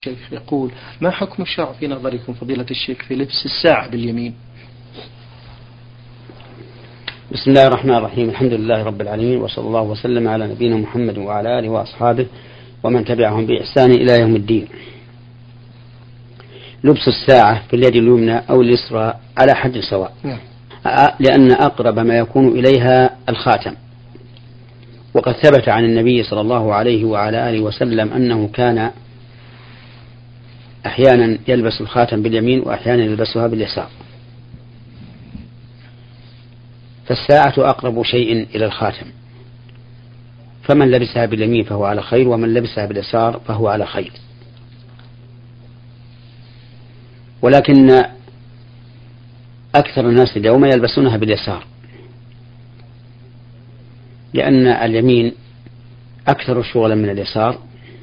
الشيخ يقول: ما حكم الشرع في نظركم فضيلة الشيخ في لبس الساعة باليمين؟ بسم الله الرحمن الرحيم. الحمد لله رب العالمين، وصلى الله وسلم على نبينا محمد وعلى آله وأصحابه ومن تبعهم بإحسان إلى يوم الدين. لبس الساعة في اليد اليمنى أو اليسرى على حد سواء، لأن أقرب ما يكون إليها الخاتم، وقد ثبت عن النبي صلى الله عليه وعلى آله وسلم أنه كان أحيانا يلبس الخاتم باليمين وأحيانا يلبسها باليسار، فالساعة أقرب شيء إلى الخاتم، فمن لبسها باليمين فهو على خير، ومن لبسها باليسار فهو على خير. ولكن أكثر الناس اليوم يلبسونها باليسار، لأن اليمين أكثر شغلا من اليسار،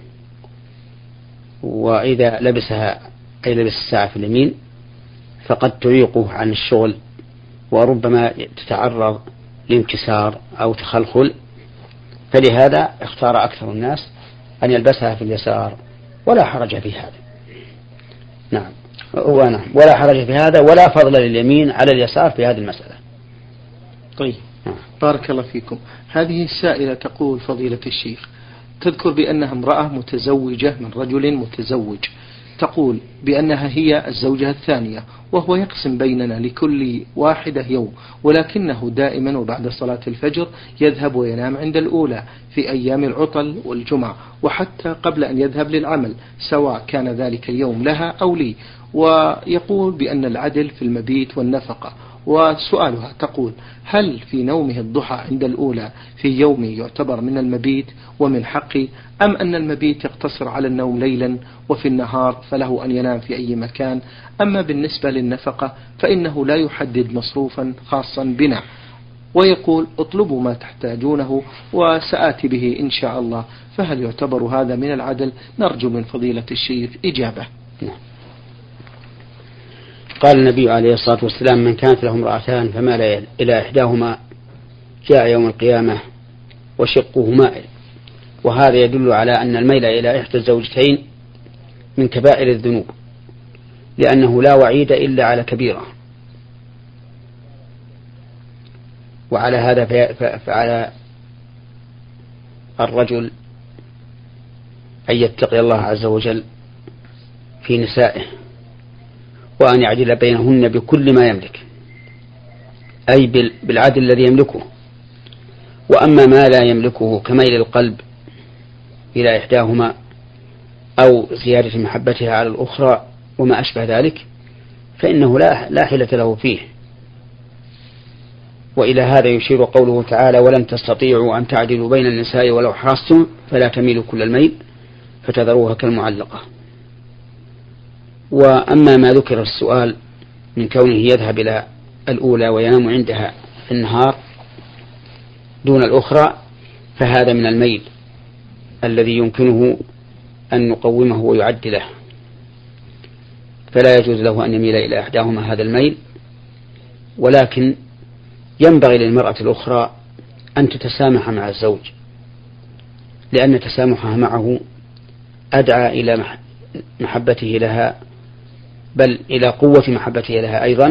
وإذا لبسها أي لبس الساعة في اليمين فقد تعيقه عن الشغل، وربما تتعرض لانكسار أو تخلخل، فلهذا اختار أكثر الناس أن يلبسها في اليسار، ولا حرج في هذا. نعم، ولا حرج في هذا، ولا فضل لليمين على اليسار في هذه المسألة. طيب، بارك الله فيكم. هذه السائلة تقول: فضيلة الشيخ، تذكر بأنها امرأة متزوجة من رجل متزوج، تقول بأنها هي الزوجة الثانية، وهو يقسم بيننا لكل واحدة يوم، ولكنه دائما وبعد صلاة الفجر يذهب وينام عند الأولى في أيام العطل والجمعة، وحتى قبل أن يذهب للعمل، سواء كان ذلك اليوم لها أو لي، ويقول بأن العدل في المبيت والنفقة. وسؤالها تقول: هل في نومه الضحى عند الأولى في يومي يعتبر من المبيت ومن حقي، أم أن المبيت يقتصر على النوم ليلا وفي النهار فله أن ينام في أي مكان؟ أما بالنسبة للنفقة فإنه لا يحدد مصروفا خاصا بنا، ويقول: اطلبوا ما تحتاجونه وسآتي به إن شاء الله، فهل يعتبر هذا من العدل؟ نرجو من فضيلة الشيخ إجابة. قال النبي عليه الصلاة والسلام: من كانت له امرأتان فمال إلى إحداهما جاء يوم القيامة وشقه مائل. وهذا يدل على أن الميل إلى إحدى الزوجتين من كبائر الذنوب، لأنه لا وعيد إلا على كبيرة. وعلى هذا فعلى الرجل أن يتقي الله عز وجل في نسائه، وأن يعدل بينهن بكل ما يملك، أي بالعدل الذي يملكه. وأما ما لا يملكه كميل القلب إلى إحداهما أو زيادة محبتها على الأخرى وما أشبه ذلك، فإنه لا حيلة له فيه. وإلى هذا يشير قوله تعالى: ولن تستطيعوا أن تعدلوا بين النساء ولو حرصتم فلا تميلوا كل الميل فتذروها كالمعلقة. وأما ما ذكر في السؤال من كونه يذهب إلى الأولى وينام عندها في النهار دون الأخرى، فهذا من الميل الذي يمكنه أن يقومه ويعدله، فلا يجوز له أن يميل إلى إحداهما هذا الميل. ولكن ينبغي للمرأة الأخرى أن تتسامح مع الزوج، لأن تسامحها معه أدعى إلى محبته لها، بل إلى قوة محبته لها أيضا.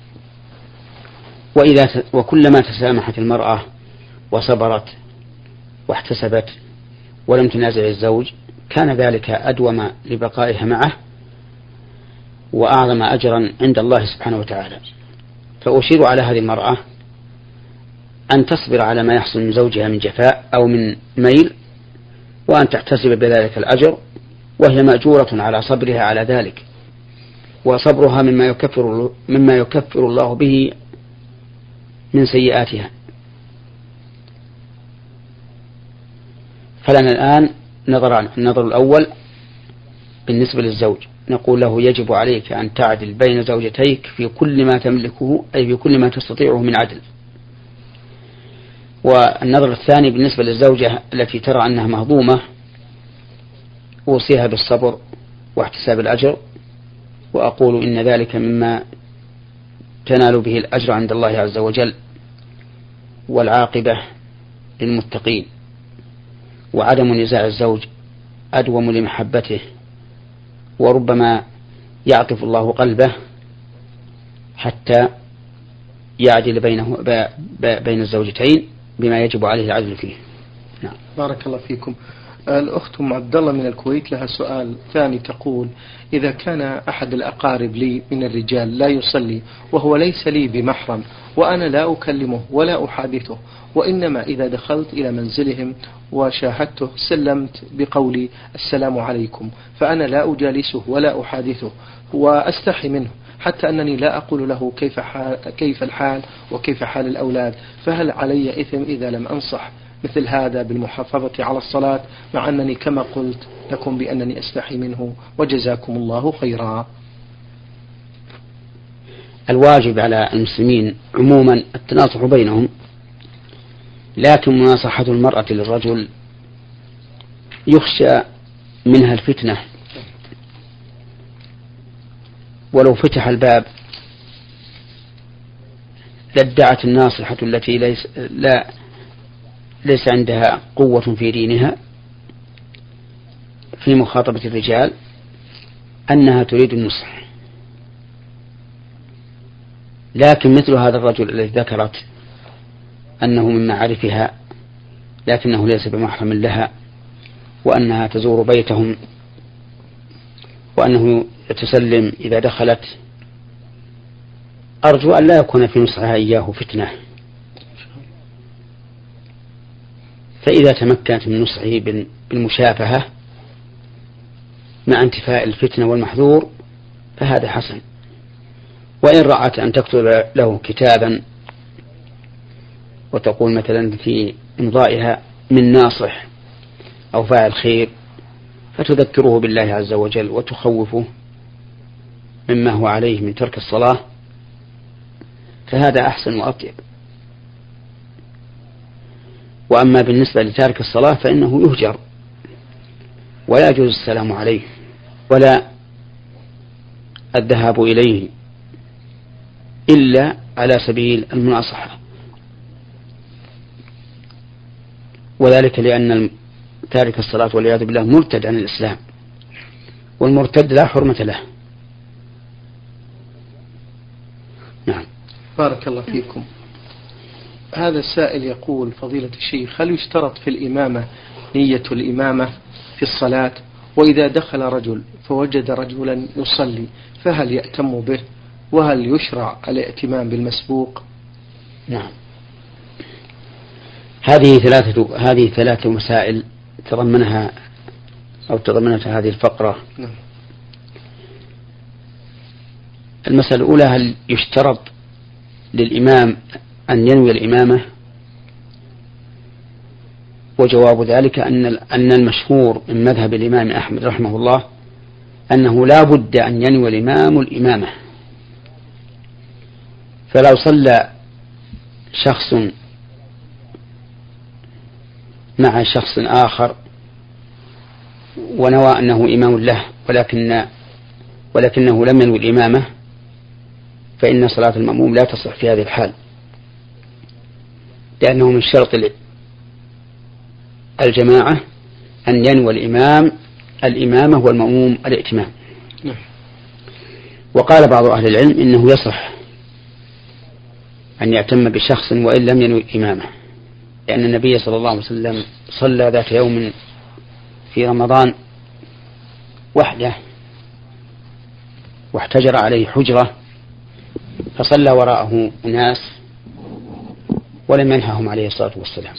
وكلما تسامحت المرأة وصبرت واحتسبت ولم تنازع الزوج، كان ذلك أدوم لبقائها معه وأعظم أجرا عند الله سبحانه وتعالى. فأشير على هذه المرأة أن تصبر على ما يحصل من زوجها من جفاء أو من ميل، وأن تحتسب بذلك الأجر، وهي مأجورة على صبرها على ذلك، وصبرها مما يكفر الله به من سيئاتها. فلنا الآن نظران: النظر الأول بالنسبة للزوج، نقول له: يجب عليك أن تعدل بين زوجتيك في كل ما تملكه، أي في كل ما تستطيعه من عدل. والنظر الثاني بالنسبة للزوجة التي ترى أنها مهضومة، أوصيها بالصبر واحتساب الأجر، وأقول إن ذلك مما تنال به الأجر عند الله عز وجل، والعاقبة للمتقين. وعدم نزاع الزوج أدوم لمحبته وربما يعطف الله قلبه حتى يعدل بين الزوجتين بما يجب عليه العدل فيه. نعم. بارك الله فيكم. الأخت عبد الله من الكويت لها سؤال ثاني، تقول: إذا كان أحد الأقارب لي من الرجال لا يصلي وهو ليس لي بمحرم، وأنا لا أكلمه ولا أحادثه، وإنما إذا دخلت إلى منزلهم وشاهدته سلمت بقولي السلام عليكم، فأنا لا أجالسه ولا أحادثه وأستحي منه، حتى أنني لا أقول له كيف الحال وكيف حال الأولاد، فهل علي إثم إذا لم أنصح مثل هذا بالمحافظة على الصلاة، مع أنني كما قلت لكم بأنني أستحي منه، وجزاكم الله خيرا؟ الواجب على المسلمين عموما التناصح بينهم، لكن مناصحة المرأة للرجل يخشى منها الفتنة، ولو فتح الباب لادعت الناصحة التي ليس عندها قوة في دينها في مخاطبة الرجال أنها تريد النصح. لكن مثل هذا الرجل الذي ذكرت أنه من معارفها لكنه ليس بمحرم لها، وأنها تزور بيتهم، وأنه يتسلم إذا دخلت، أرجو أن لا يكون في نصحها إياه فتنة، فإذا تمكنت من نصحه بالمشافهة مع انتفاء الفتنة والمحذور فهذا حسن. وإن رأت أن تكتب له كتابا وتقول مثلا في إمضائها من ناصح أو فاعل خير، فتذكره بالله عز وجل وتخوفه مما هو عليه من ترك الصلاة، فهذا أحسن وأطيب. وأما بالنسبة لتارك الصلاة فإنه يهجر ولا يجوز السلام عليه ولا الذهاب إليه إلا على سبيل المناصحة، وذلك لأن تارك الصلاة والعياذ بالله مرتد عن الإسلام، والمرتد لا حرمة له. نعم. بارك الله فيكم. هذا السائل يقول: فضيلة الشيخ، هل يشترط في الإمامة نية الإمامة في الصلاة؟ وإذا دخل رجل فوجد رجلا يصلي فهل يأتم به؟ وهل يشرع الائتمام بالمسبوق؟ نعم. هذه ثلاث مسائل تضمنتها هذه الفقرة. نعم. المسألة الأولى: هل يشترط للإمام أن ينوي الإمامة؟ وجواب ذلك أن المشهور من مذهب الإمام أحمد رحمه الله أنه لا بد أن ينوي الإمام الإمامة. فلو صلى شخص مع شخص آخر ونوى أنه إمام له ولكنه لم ينوي الإمامة، فإن صلاة المأموم لا تصح في هذه الحال، لأنه من شرط الجماعة أن ينوي الإمام الإمامة والمأموم الائتمام. وقال بعض أهل العلم إنه يصح أن يأتم بشخص وإن لم ينوي الإمامة، لأن النبي صلى الله عليه وسلم صلى ذات يوم في رمضان وحده واحتجر عليه حجرة، فصلى وراءه أناس ولم ينههم عليه الصلاة والسلام.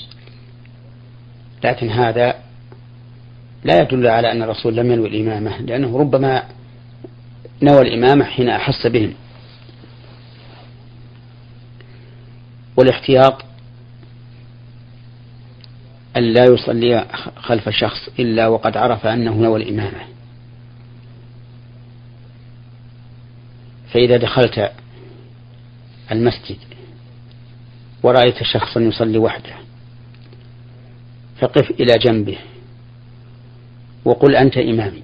لكن هذا لا يدل على أن الرسول لم ينوي الإمامة، لأنه ربما نوى الإمامة حين أحس بهم. والاحتياط أن لا يصلي خلف شخص إلا وقد عرف أنه نوى الإمامة. فإذا دخلت المسجد ورأيت شخصا يصلي وحده فقف إلى جنبه وقل أنت إمامي،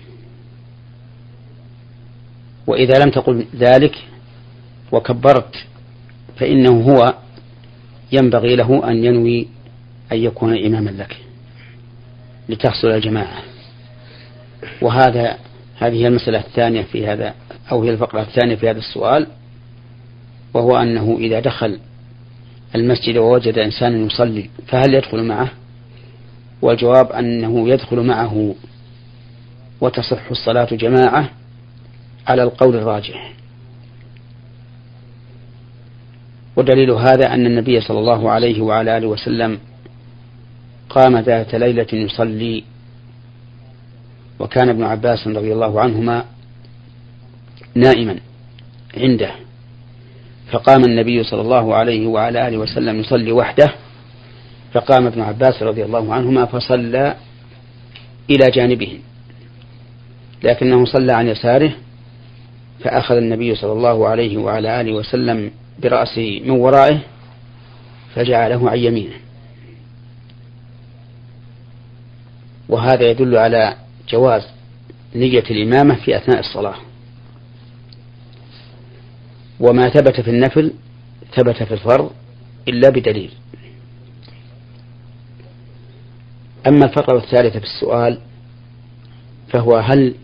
وإذا لم تقل ذلك وكبرت فإنه هو ينبغي له أن ينوي أن يكون إماما لك لتحصل الجماعة. وهذا هذه هي المسألة الثانية في هذا، أو هي الفقرة الثانية في هذا السؤال، وهو أنه إذا دخل المسجد ووجد إنسانا يصلي فهل يدخل معه؟ والجواب أنه يدخل معه وتصح الصلاة جماعة على القول الراجح. ودليل هذا أن النبي صلى الله عليه وعلى آله وسلم قام ذات ليلة يصلي، وكان ابن عباس رضي الله عنهما نائما عنده، فقام النبي صلى الله عليه وعلى آله وسلم يصلي وحده، فقام ابن عباس رضي الله عنهما فصلى إلى جانبه، لكنه صلى عن يساره، فأخذ النبي صلى الله عليه وعلى آله وسلم برأسه من ورائه فجعله عن يمينه. وهذا يدل على جواز نية الإمامة في أثناء الصلاة، وما ثبت في النفل ثبت في الفرض إلا بدليل. أما الفقرة الثالثة في السؤال فهو هل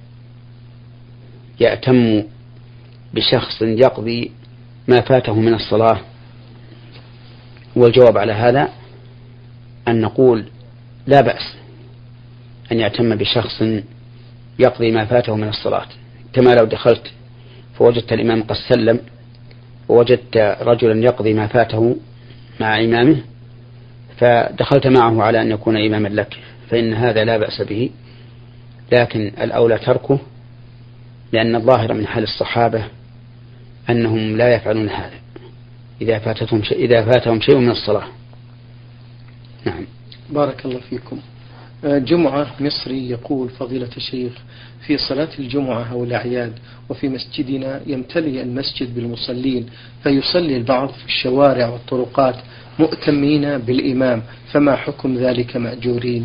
يأتم بشخص يقضي ما فاته من الصلاة؟ والجواب على هذا أن نقول لا بأس أن يأتم بشخص يقضي ما فاته من الصلاة، كما لو دخلت فوجدت الإمام قد سلم ووجدت رجلا يقضي ما فاته مع إمامه فدخلت معه على أن يكون إماما لك، فإن هذا لا بأس به، لكن الأولى تركه، لأن الظاهر من حال الصحابة أنهم لا يفعلون هذا إذا فاتهم شيء من الصلاة. نعم. بارك الله فيكم. جمعة مصري يقول فضيلة الشيخ: في صلاة الجمعة أو الأعياد وفي مسجدنا يمتلئ المسجد بالمصلين، فيصلي البعض في الشوارع والطرقات مؤتمين بالإمام، فما حكم ذلك مأجورين؟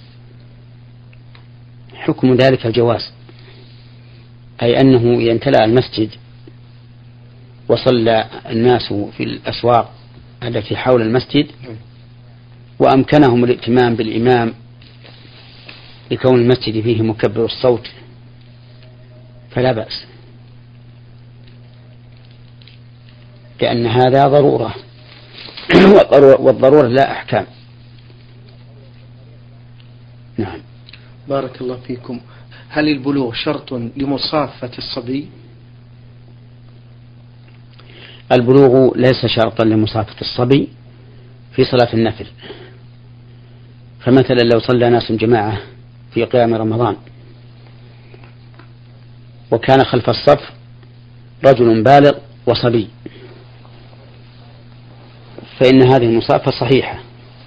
حكم ذلك الجواز، أي أنه إذا امتلأ المسجد وصلى الناس في الأسواق التي حول المسجد وأمكنهم الائتمام بالإمام لكون المسجد فيه مكبر الصوت فلا بأس، لأن هذا ضرورة والضرورة لا أحكام. نعم. بارك الله فيكم. هل البلوغ شرط لمصافة الصبي؟ البلوغ ليس شرطا لمصافة الصبي في صلاة النفل، فمثلا لو صلى ناس جماعة في قيام رمضان وكان خلف الصف رجل بالغ وصبي فإن هذه المصافة صحيحة،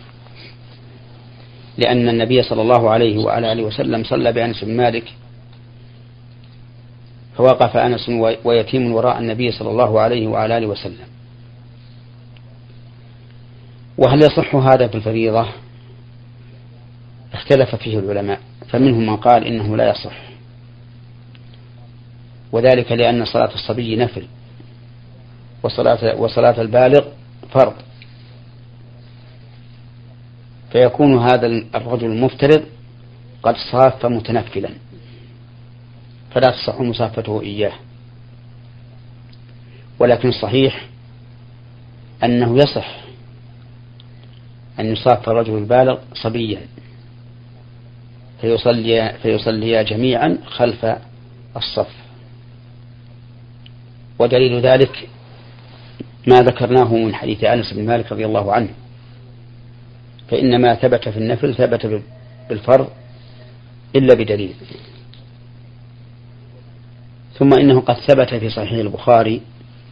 لأن النبي صلى الله عليه وعلى آله وسلم صلى بأنس بن مالك فوقف أنس ويتيم وراء النبي صلى الله عليه وعلى آله وسلم. وهل يصح هذا في الفريضة؟ اختلف فيه العلماء، فمنهم من قال إنه لا يصح، وذلك لأن صلاة الصبي نفل وصلاة البالغ فرض، فيكون هذا الرجل المفترض قد صاف متنفلا فلا تصح مصافته إياه. ولكن الصحيح أنه يصح أن يصاف الرجل البالغ صبيا فيصلي جميعا خلف الصف. ودليل ذلك ما ذكرناه من حديث أنس بن مالك رضي الله عنه، فإن ما ثبت في النفل ثبت بالفرض إلا بدليل. ثم إنه قد ثبت في صحيح البخاري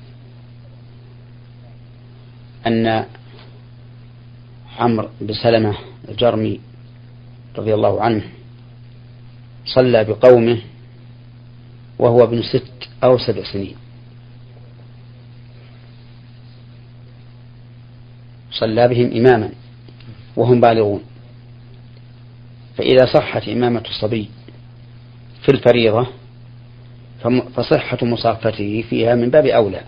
أن عمرو بن سلمة الجرمي رضي الله عنه صلى بقومه وهو ابن 6 أو 7 سنين، صلى بهم إماما وهم بالغون. فإذا صحت إمامة الصبي في الفريضة فصحة مصافته فيها من باب أولى.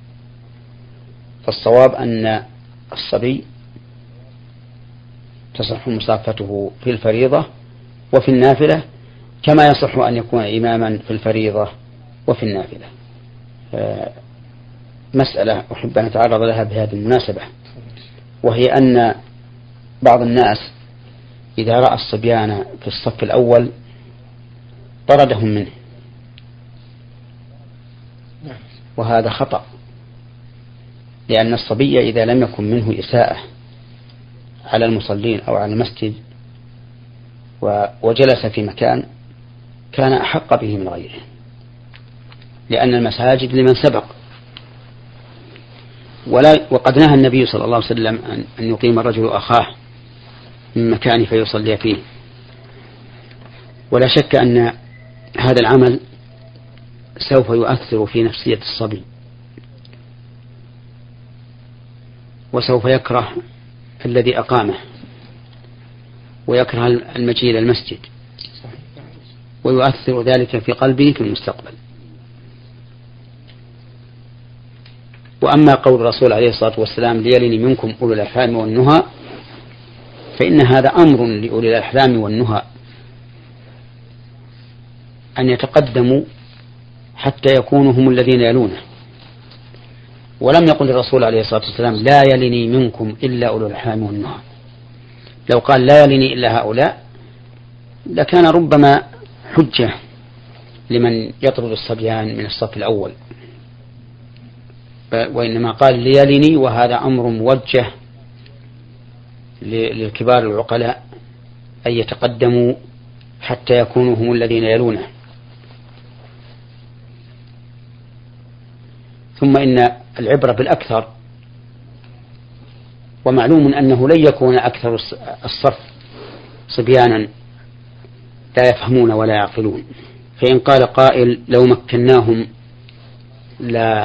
فالصواب أن الصبي تصح مصافته في الفريضة وفي النافلة كما يصح أن يكون إماما في الفريضة وفي النافلة. مسألة أحب أن أتعرض لها بهذه المناسبة، وهي أن بعض الناس إذا رأى الصبيان في الصف الأول طردهم منه، وهذا خطأ، لأن الصبي إذا لم يكن منه إساءة على المصلين أو على المسجد وجلس في مكان كان أحق به من غيره، لأن المساجد لمن سبق. وقد نهى النبي صلى الله عليه وسلم أن يقيم الرجل أخاه من مكان فيصلي فيه، ولا شك أن هذا العمل سوف يؤثر في نفسية الصبي، وسوف يكره الذي أقامه، ويكره المجيء إلى المسجد، ويؤثر ذلك في قلبه في المستقبل. وأما قول الرسول عليه الصلاة والسلام ليلني منكم أولو الأحلام والنهى، فإن هذا أمر لأولي الأحلام والنهى أن يتقدموا حتى يكونوا هم الذين يلونه. ولم يقل الرسول عليه الصلاة والسلام لا يلني منكم إلا أولو الأحلام والنهى. لو قال لا يلني إلا هؤلاء لكان ربما حجة لمن يطرد الصبيان من الصف الأول، وإنما قال ليلني، وهذا أمر موجه للكبار العقلاء أن يتقدموا حتى يكونوا هم الذين يلونه. ثم إن العبرة بالأكثر، ومعلوم أنه لن يكون أكثر الصف صبيانا لا يفهمون ولا يعقلون. فإن قال قائل لو مكناهم لا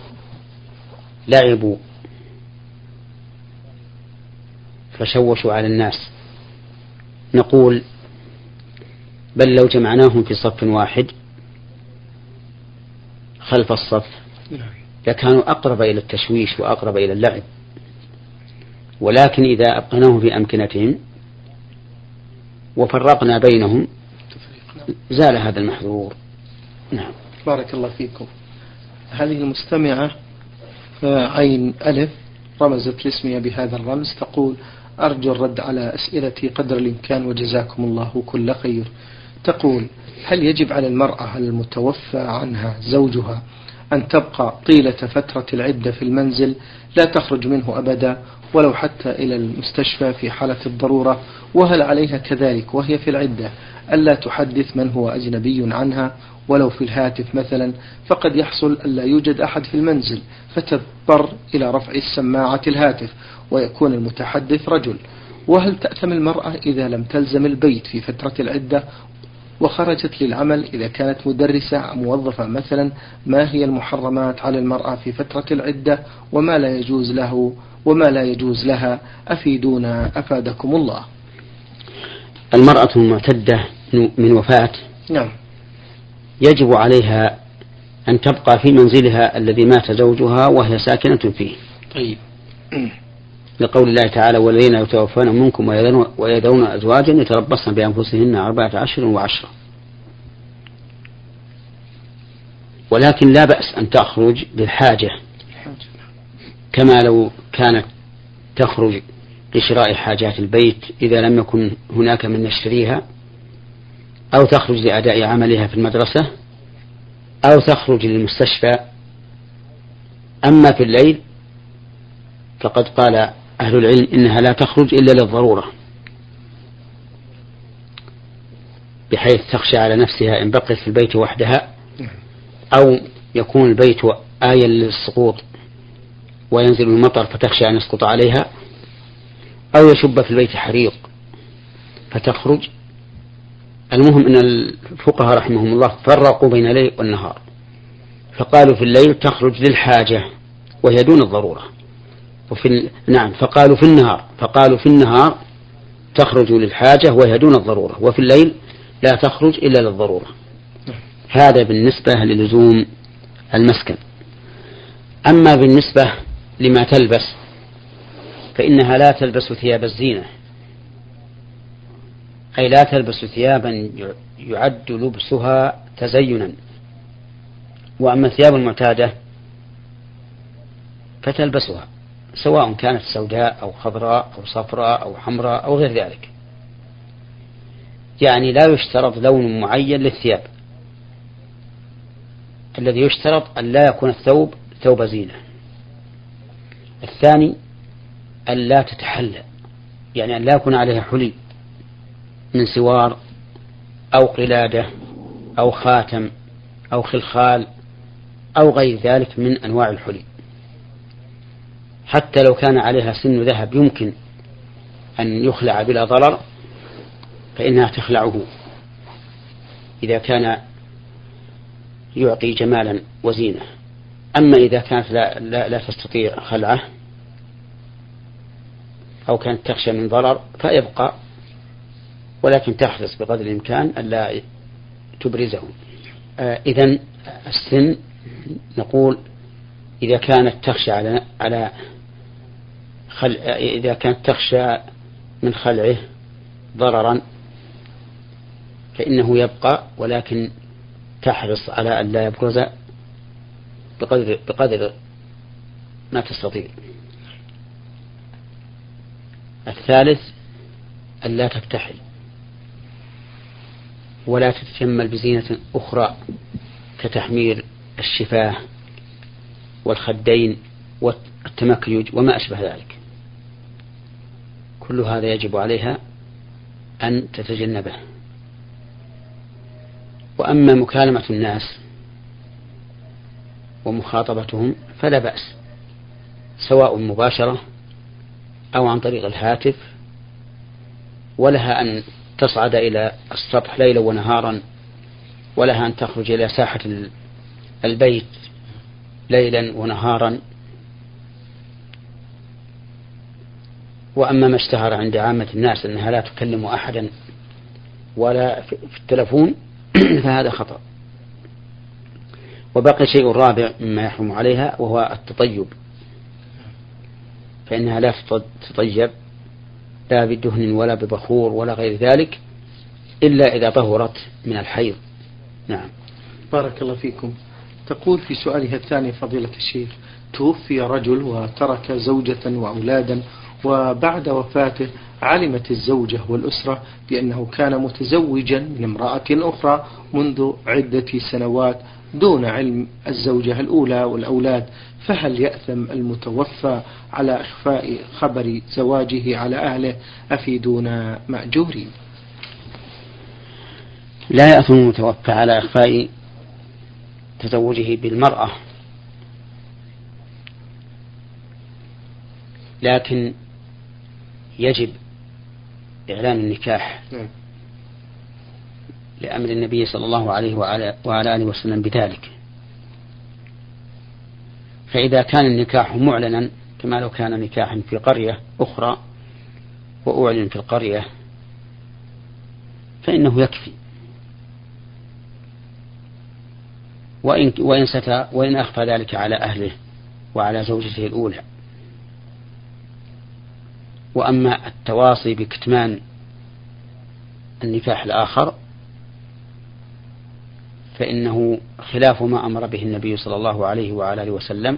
لعبوا فشوشوا على الناس، نقول بل لو جمعناهم في صف واحد خلف الصف لكانوا أقرب إلى التشويش وأقرب إلى اللعب، ولكن إذا أبقناهم في أمكنتهم وفرقنا بينهم زال هذا المحذور. نعم. بارك الله فيكم. هذه المستمعة عين ألف رمزت لاسمها بهذا الرمز، تقول أرجو الرد على أسئلتي قدر الإمكان وجزاكم الله كل خير. تقول هل يجب على المرأة المتوفى عنها زوجها أن تبقى طيلة فترة العدة في المنزل لا تخرج منه أبدا ولو حتى إلى المستشفى في حالة الضرورة؟ وهل عليها كذلك وهي في العدة ألا تحدث من هو أجنبي عنها ولو في الهاتف مثلا؟ فقد يحصل ألا يوجد أحد في المنزل فتضطر إلى رفع السماعة الهاتف ويكون المتحدث رجل. وهل تأثم المرأة إذا لم تلزم البيت في فترة العدة وخرجت للعمل إذا كانت مدرسة أو موظفة مثلا؟ ما هي المحرمات على المرأة في فترة العدة وما لا يجوز له وما لا يجوز لها؟ أفيدونا أفادكم الله. المرأة المعتدة من وفاة نعم يجب عليها أن تبقى في منزلها الذي مات زوجها وهي ساكنة فيه. طيب. لقول الله تعالى والذين يتوفون منكم ويذرون أزواجا يتربصن بأنفسهن 14 أشهر و10. ولكن لا بأس أن تخرج للحاجة كما لو كانت تخرج لشراء حاجات البيت إذا لم يكن هناك من يشتريها، أو تخرج لأداء عملها في المدرسة، أو تخرج للمستشفى. أما في الليل فقد قال أهل العلم إنها لا تخرج إلا للضرورة، بحيث تخشى على نفسها إن بقيت في البيت وحدها، أو يكون البيت آية للسقوط وينزل المطر فتخشى أن يسقط عليها، أو يشب في البيت حريق فتخرج. المهم أن الفقهاء رحمهم الله فرقوا بين الليل والنهار، فقالوا في الليل تخرج للحاجة وهي دون الضرورة، فقالوا في النهار تخرج للحاجة وهي دون الضرورة، وفي الليل لا تخرج إلا للضرورة. هذا بالنسبة للزوم المسكن. أما بالنسبة لما تلبس فإنها لا تلبس ثياب الزينة أي لا تلبس ثيابا يعد لبسها تزينا. وأما الثياب المعتادة فتلبسها سواء كانت سوداء أو خضراء أو صفراء أو حمراء أو غير ذلك. يعني لا يشترط لون معين للثياب، الذي يشترط أن لا يكون الثوب ثوب زينة. الثاني أن لا تتحلى، يعني أن لا يكون عليها حلي من سوار أو قلادة أو خاتم أو خلخال أو غير ذلك من أنواع الحلي. حتى لو كان عليها سن ذهب يمكن أن يخلع بلا ضرر فإنها تخلعه إذا كان يعطي جمالا وزينة. أما إذا كانت لا تستطيع خلعه أو كانت تخشى من ضرر فيبقى، ولكن تحرص بقدر الإمكان ألا تبرزه. إذن السن نقول إذا كانت تخشى إذا كانت تخشى من خلعه ضررا فإنه يبقى، ولكن تحرص على أن لا يبرز بقدر ما تستطيع. الثالث أن لا تكتحل ولا تتجمل بزينة أخرى كتحمير الشفاه والخدين والتمكيج وما أشبه ذلك، كل هذا يجب عليها أن تتجنبه. وأما مكالمة الناس ومخاطبتهم فلا بأس، سواء مباشرة أو عن طريق الهاتف، ولها أن تصعد إلى السطح ليلا ونهارا، ولها أن تخرج إلى ساحة البيت ليلا ونهارا. وأما ما اشتهر عند عامة الناس أنها لا تكلم أحدا ولا في التلفون فهذا خطأ. وبقي شيء رابع مما يحرم عليها وهو التطيب، فإنها لا تطيب لا بدهن ولا ببخور ولا غير ذلك إلا إذا طهرت من الحيض. نعم. بارك الله فيكم. تقول في سؤالها الثاني فضيلة الشيخ: توفي رجل وترك زوجة وأولادا، وبعد وفاته علمت الزوجة والأسرة بأنه كان متزوجا من امرأة أخرى منذ عدة سنوات دون علم الزوجة الأولى والأولاد، فهل يأثم المتوفى على إخفاء خبر زواجه على أهله؟ أفيدونا مأجورين. لا يأثم المتوفى على إخفاء تزوجه بالمرأة، لكن يجب إعلان النكاح لأمر النبي صلى الله عليه وعلى آله وسلم بذلك. فإذا كان النكاح معلنا كما لو كان نكاحا في قرية أخرى وأعلن في القرية فإنه يكفي. وإن أخفى ذلك على أهله وعلى زوجته الأولى. وأما التواصي بكتمان النكاح الآخر فإنه خلاف ما أمر به النبي صلى الله عليه وعلى آله وسلم،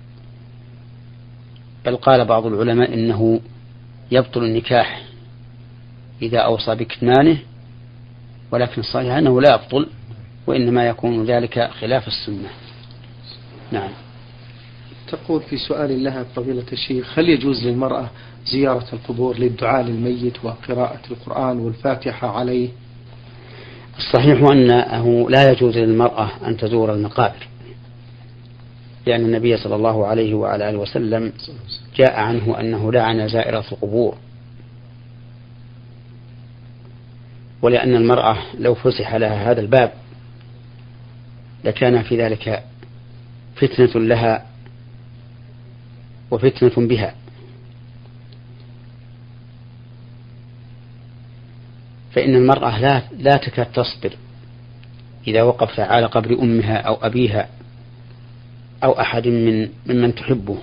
بل قال بعض العلماء إنه يبطل النكاح إذا أوصى بكتمانه، ولكن الصحيح أنه لا يبطل، وإنما يكون ذلك خلاف السنة. نعم. تقول في سؤال لها فضيلة الشيخ: هل يجوز للمرأة زيارة القبور للدعاء للميت وقراءة القرآن والفاتحة عليه؟ الصحيح أنه لا يجوز للمرأة أن تزور المقابر، لأن النبي صلى الله عليه وعلى آله وسلم جاء عنه أنه لعن زائرة القبور، ولأن المرأة لو فسح لها هذا الباب لكان في ذلك فتنة لها وفتنة بها. فإن المرأة لا تكاد تصبر إذا وقفت على قبر أمها أو أبيها أو أحد ممن تحبه،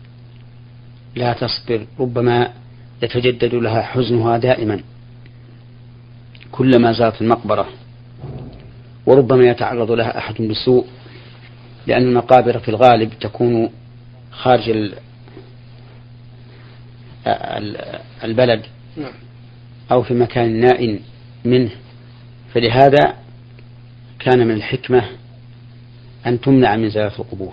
لا تصبر، ربما يتجدد لها حزنها دائما كلما زارت المقبرة، وربما يتعرض لها أحد بسوء، لأن المقابر في الغالب تكون خارج البلد أو في مكان نائٍ منه، فلهذا كان من الحكمة أن تمنع من زيارة القبور.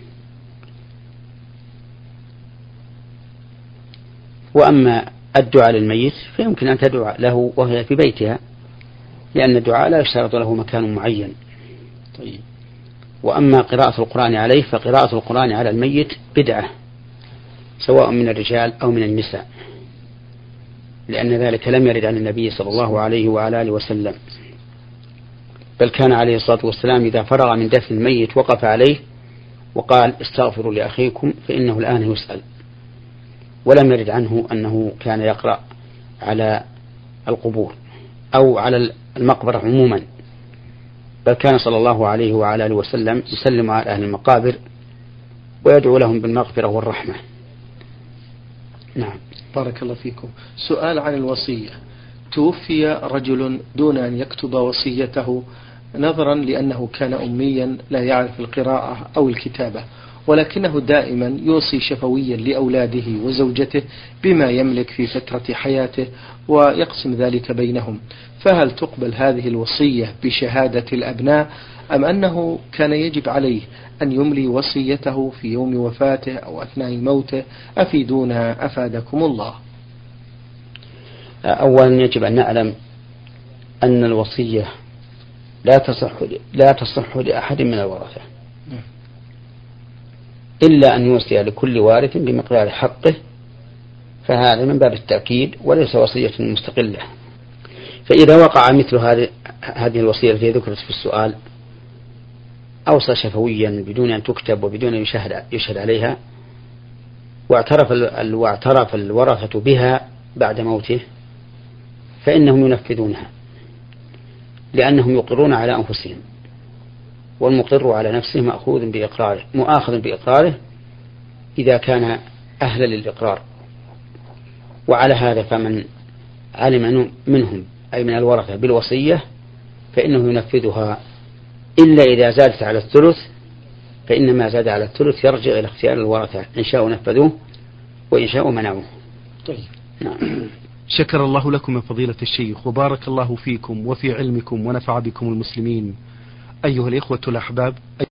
وأما الدعاء للميت فيمكن أن تدعو له وهي في بيتها، لأن الدعاء لا يشترط له مكان معين. طيب. وأما قراءة القرآن عليه فقراءة القرآن على الميت بدعة، سواء من الرجال أو من النساء، لأن ذلك لم يرد عن النبي صلى الله عليه وعلى آله وسلم، بل كان عليه الصلاة والسلام إذا فرغ من دفن الميت وقف عليه وقال استغفروا لأخيكم فإنه الآن يسأل. ولم يرد عنه أنه كان يقرأ على القبور أو على المقبرة عموما، بل كان صلى الله عليه وعلى آله وسلم يسلم على أهل المقابر ويدعو لهم بالمغفرة والرحمة. نعم. بارك الله فيكم. سؤال عن الوصية. توفي رجل دون أن يكتب وصيته نظرا لأنه كان أميا لا يعرف القراءة أو الكتابة، ولكنه دائما يوصي شفويا لأولاده وزوجته بما يملك في فترة حياته ويقسم ذلك بينهم، فهل تقبل هذه الوصية بشهادة الأبناء أم أنه كان يجب عليه أن يملي وصيته في يوم وفاته أو أثناء موته؟ أفيدونا أفادكم الله. أولا يجب أن نعلم أن الوصية لا تصح لأحد من الورثة إلا أن يوصي لكل وارث بمقدار حقه، فهذا من باب التأكيد وليس وصية مستقلة. فإذا وقع مثل هذه الوصية التي ذكرت في السؤال، أوصى شفويا بدون أن تكتب وبدون أن يشهد عليها، واعترف الورثة بها بعد موته، فإنهم ينفذونها، لأنهم يقرون على أنفسهم، والمقر على نفسه مؤاخذ بإقراره إذا كان أهلا للإقرار. وعلى هذا فمن علم منهم أي من الورثة بالوصية فإنه ينفذها، إلا إذا زادت على الثلث، فإنما زاد على الثلث يرجع إلى اختيار الورثة، إن شاءوا نفذوه وإن شاءوا منعوه. طيب. نعم. شكر الله لكم من فضيلة الشيخ، وبارك الله فيكم وفي علمكم ونفع بكم المسلمين. أيها الإخوة الأحباب.